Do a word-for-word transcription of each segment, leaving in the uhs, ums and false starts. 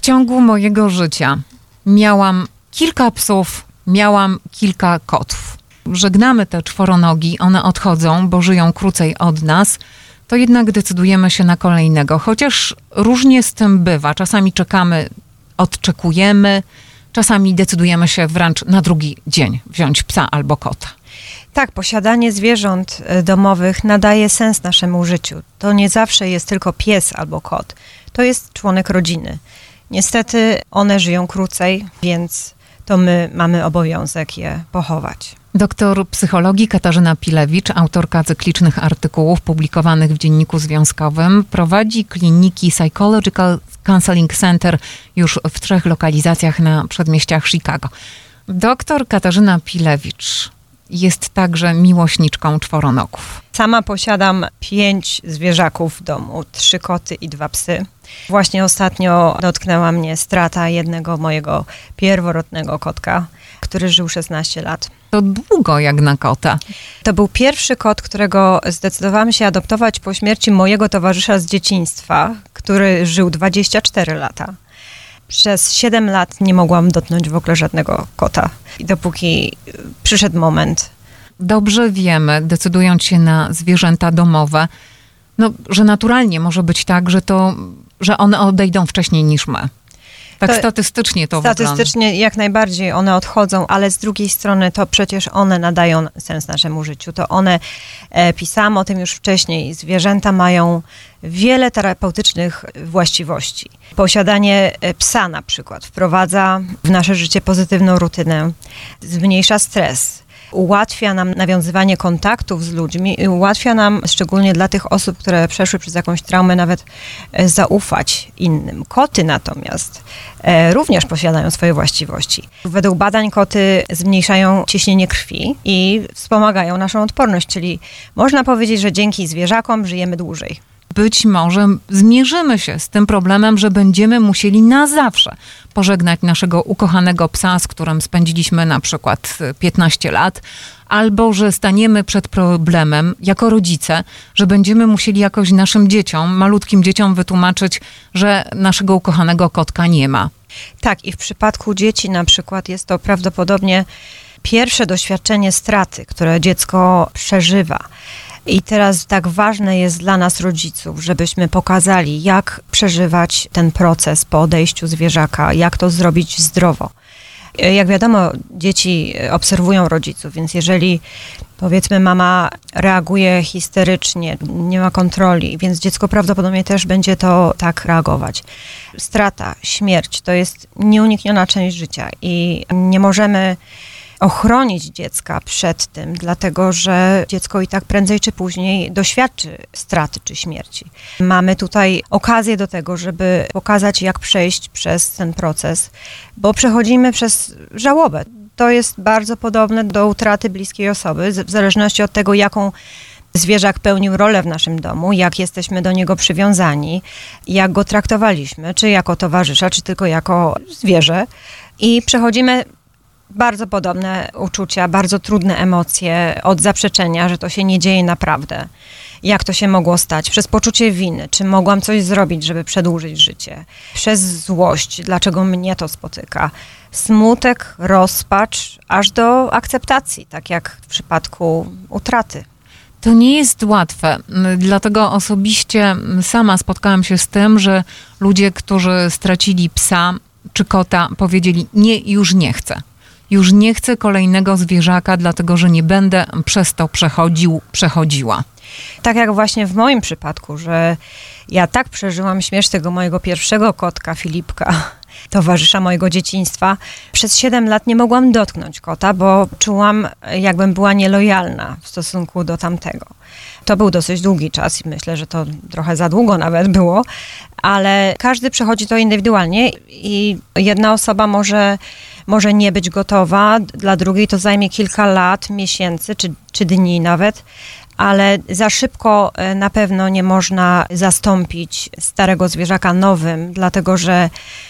ciągu mojego życia miałam kilka psów, miałam kilka kotów. Żegnamy te czworonogi, one odchodzą, bo żyją krócej od nas, to jednak decydujemy się na kolejnego. Chociaż różnie z tym bywa. Czasami czekamy, odczekujemy, czasami decydujemy się wręcz na drugi dzień wziąć psa albo kota. Tak, posiadanie zwierząt domowych nadaje sens naszemu życiu. To nie zawsze jest tylko pies albo kot. To jest członek rodziny. Niestety one żyją krócej, więc to my mamy obowiązek je pochować. Doktor psychologii Katarzyna Pilewicz, autorka cyklicznych artykułów publikowanych w Dzienniku Związkowym, prowadzi kliniki Psychological Counseling Center już w trzech lokalizacjach na przedmieściach Chicago. Doktor Katarzyna Pilewicz jest także miłośniczką czworonogów. Sama posiadam pięć zwierzaków w domu, trzy koty i dwa psy. Właśnie ostatnio dotknęła mnie strata jednego mojego pierworodnego kotka, który żył szesnaście lat. To długo jak na kota. To był pierwszy kot, którego zdecydowałam się adoptować po śmierci mojego towarzysza z dzieciństwa, który żył dwadzieścia cztery lata. Przez siedem lat nie mogłam dotknąć w ogóle żadnego kota. I dopóki przyszedł moment. Dobrze wiemy, decydując się na zwierzęta domowe, no, że naturalnie może być tak, że, to, że one odejdą wcześniej niż my. Tak to statystycznie to wygląda. Statystycznie jak najbardziej one odchodzą, ale z drugiej strony to przecież one nadają sens naszemu życiu. To one, e, pisałam o tym już wcześniej, zwierzęta mają wiele terapeutycznych właściwości. Posiadanie psa na przykład wprowadza w nasze życie pozytywną rutynę, zmniejsza stres, ułatwia nam nawiązywanie kontaktów z ludźmi i ułatwia nam, szczególnie dla tych osób, które przeszły przez jakąś traumę, nawet zaufać innym. Koty natomiast e, również posiadają swoje właściwości. Według badań koty zmniejszają ciśnienie krwi i wspomagają naszą odporność, czyli można powiedzieć, że dzięki zwierzakom żyjemy dłużej. Być może zmierzymy się z tym problemem, że będziemy musieli na zawsze pożegnać naszego ukochanego psa, z którym spędziliśmy na przykład piętnaście lat, albo że staniemy przed problemem jako rodzice, że będziemy musieli jakoś naszym dzieciom, malutkim dzieciom wytłumaczyć, że naszego ukochanego kotka nie ma. Tak, i w przypadku dzieci na przykład jest to prawdopodobnie pierwsze doświadczenie straty, które dziecko przeżywa. I teraz tak ważne jest dla nas rodziców, żebyśmy pokazali, jak przeżywać ten proces po odejściu zwierzaka, jak to zrobić zdrowo. Jak wiadomo, dzieci obserwują rodziców, więc jeżeli powiedzmy mama reaguje histerycznie, nie ma kontroli, więc dziecko prawdopodobnie też będzie to tak reagować. Strata, śmierć to jest nieunikniona część życia i nie możemy ochronić dziecka przed tym, dlatego że dziecko i tak prędzej czy później doświadczy straty czy śmierci. Mamy tutaj okazję do tego, żeby pokazać, jak przejść przez ten proces, bo przechodzimy przez żałobę. To jest bardzo podobne do utraty bliskiej osoby, w zależności od tego, jaką zwierzak pełnił rolę w naszym domu, jak jesteśmy do niego przywiązani, jak go traktowaliśmy, czy jako towarzysza, czy tylko jako zwierzę. I przechodzimy bardzo podobne uczucia, bardzo trudne emocje od zaprzeczenia, że to się nie dzieje naprawdę. Jak to się mogło stać? Przez poczucie winy. Czy mogłam coś zrobić, żeby przedłużyć życie? Przez złość. Dlaczego mnie to spotyka? Smutek, rozpacz, aż do akceptacji, tak jak w przypadku utraty. To nie jest łatwe, dlatego osobiście sama spotkałam się z tym, że ludzie, którzy stracili psa czy kota, powiedzieli: nie, już nie chcę. Już nie chcę kolejnego zwierzaka, dlatego że nie będę przez to przechodził, przechodziła. Tak jak właśnie w moim przypadku, że ja tak przeżyłam śmierć tego mojego pierwszego kotka, Filipka, towarzysza mojego dzieciństwa. Przez siedem lat nie mogłam dotknąć kota, bo czułam, jakbym była nielojalna w stosunku do tamtego. To był dosyć długi czas i myślę, że to trochę za długo nawet było, ale każdy przechodzi to indywidualnie i jedna osoba może, może nie być gotowa, dla drugiej to zajmie kilka lat, miesięcy czy, czy dni nawet, ale za szybko na pewno nie można zastąpić starego zwierzaka nowym, dlatego że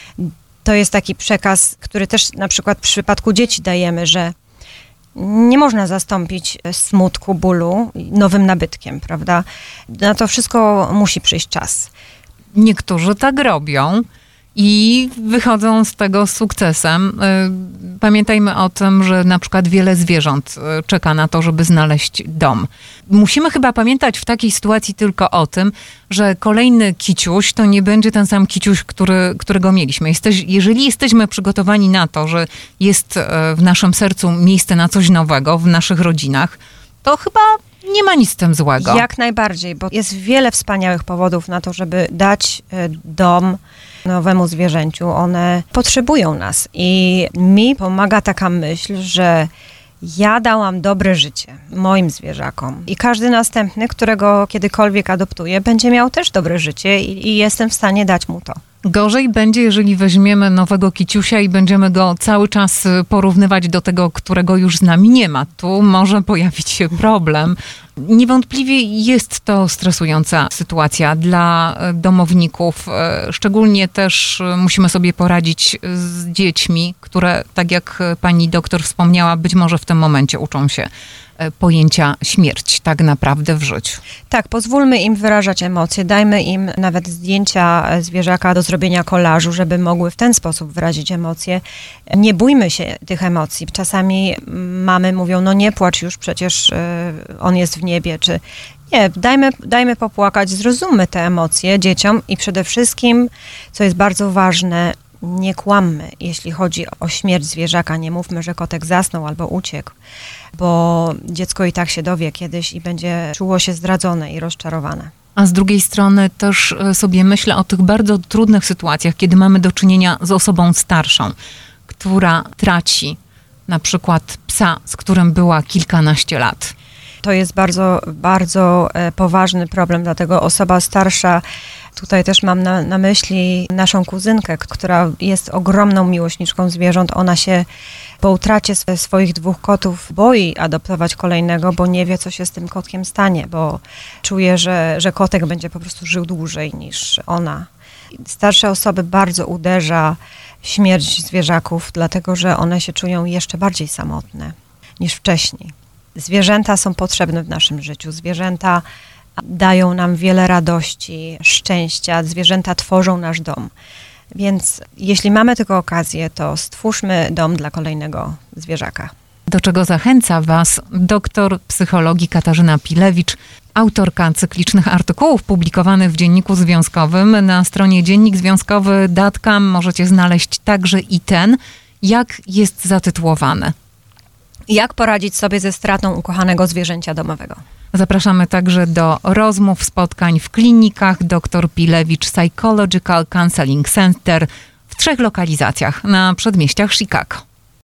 to jest taki przekaz, który też na przykład w przypadku dzieci dajemy, że nie można zastąpić smutku, bólu nowym nabytkiem, prawda? Na to wszystko musi przyjść czas. Niektórzy tak robią i wychodzą z tego z sukcesem. Pamiętajmy o tym, że na przykład wiele zwierząt czeka na to, żeby znaleźć dom. Musimy chyba pamiętać w takiej sytuacji tylko o tym, że kolejny kiciuś to nie będzie ten sam kiciuś, który, którego mieliśmy. Jesteś, jeżeli jesteśmy przygotowani na to, że jest w naszym sercu miejsce na coś nowego w naszych rodzinach, to chyba nie ma nic z tym złego. Jak najbardziej, bo jest wiele wspaniałych powodów na to, żeby dać dom nowemu zwierzęciu. One potrzebują nas i mi pomaga taka myśl, że ja dałam dobre życie moim zwierzakom i każdy następny, którego kiedykolwiek adoptuję, będzie miał też dobre życie i, i jestem w stanie dać mu to. Gorzej będzie, jeżeli weźmiemy nowego kiciusia i będziemy go cały czas porównywać do tego, którego już z nami nie ma. Tu może pojawić się problem. Niewątpliwie jest to stresująca sytuacja dla domowników. Szczególnie też musimy sobie poradzić z dziećmi, które, tak jak pani doktor wspomniała, być może w tym momencie uczą się pojęcia śmierć tak naprawdę w życiu. Tak, pozwólmy im wyrażać emocje, dajmy im nawet zdjęcia zwierzaka do zrobienia kolażu, żeby mogły w ten sposób wyrazić emocje. Nie bójmy się tych emocji. Czasami mamy mówią, no nie płacz już, przecież on jest w niebie, czy nie, dajmy, dajmy popłakać, zrozummy te emocje dzieciom i przede wszystkim, co jest bardzo ważne, nie kłammy, jeśli chodzi o śmierć zwierzaka. Nie mówmy, że kotek zasnął albo uciekł, bo dziecko i tak się dowie kiedyś i będzie czuło się zdradzone i rozczarowane. A z drugiej strony też sobie myślę o tych bardzo trudnych sytuacjach, kiedy mamy do czynienia z osobą starszą, która traci na przykład psa, z którym była kilkanaście lat. To jest bardzo, bardzo poważny problem, dlatego osoba starsza, tutaj też mam na, na myśli naszą kuzynkę, która jest ogromną miłośniczką zwierząt. Ona się po utracie swoich dwóch kotów boi adoptować kolejnego, bo nie wie, co się z tym kotkiem stanie, bo czuje, że, że kotek będzie po prostu żył dłużej niż ona. Starsze osoby bardzo uderza śmierć zwierzaków, dlatego że one się czują jeszcze bardziej samotne niż wcześniej. Zwierzęta są potrzebne w naszym życiu. Zwierzęta dają nam wiele radości, szczęścia. Zwierzęta tworzą nasz dom. Więc jeśli mamy tylko okazję, to stwórzmy dom dla kolejnego zwierzaka. Do czego zachęca Was doktor psychologii Katarzyna Pilewicz, autorka cyklicznych artykułów publikowanych w Dzienniku Związkowym. Na stronie dziennik związkowy kropka com możecie znaleźć także i ten, jak jest zatytułowany. Jak poradzić sobie ze stratą ukochanego zwierzęcia domowego? Zapraszamy także do rozmów, spotkań w klinikach dr Pilewicz Psychological Counseling Center w trzech lokalizacjach na przedmieściach Chicago.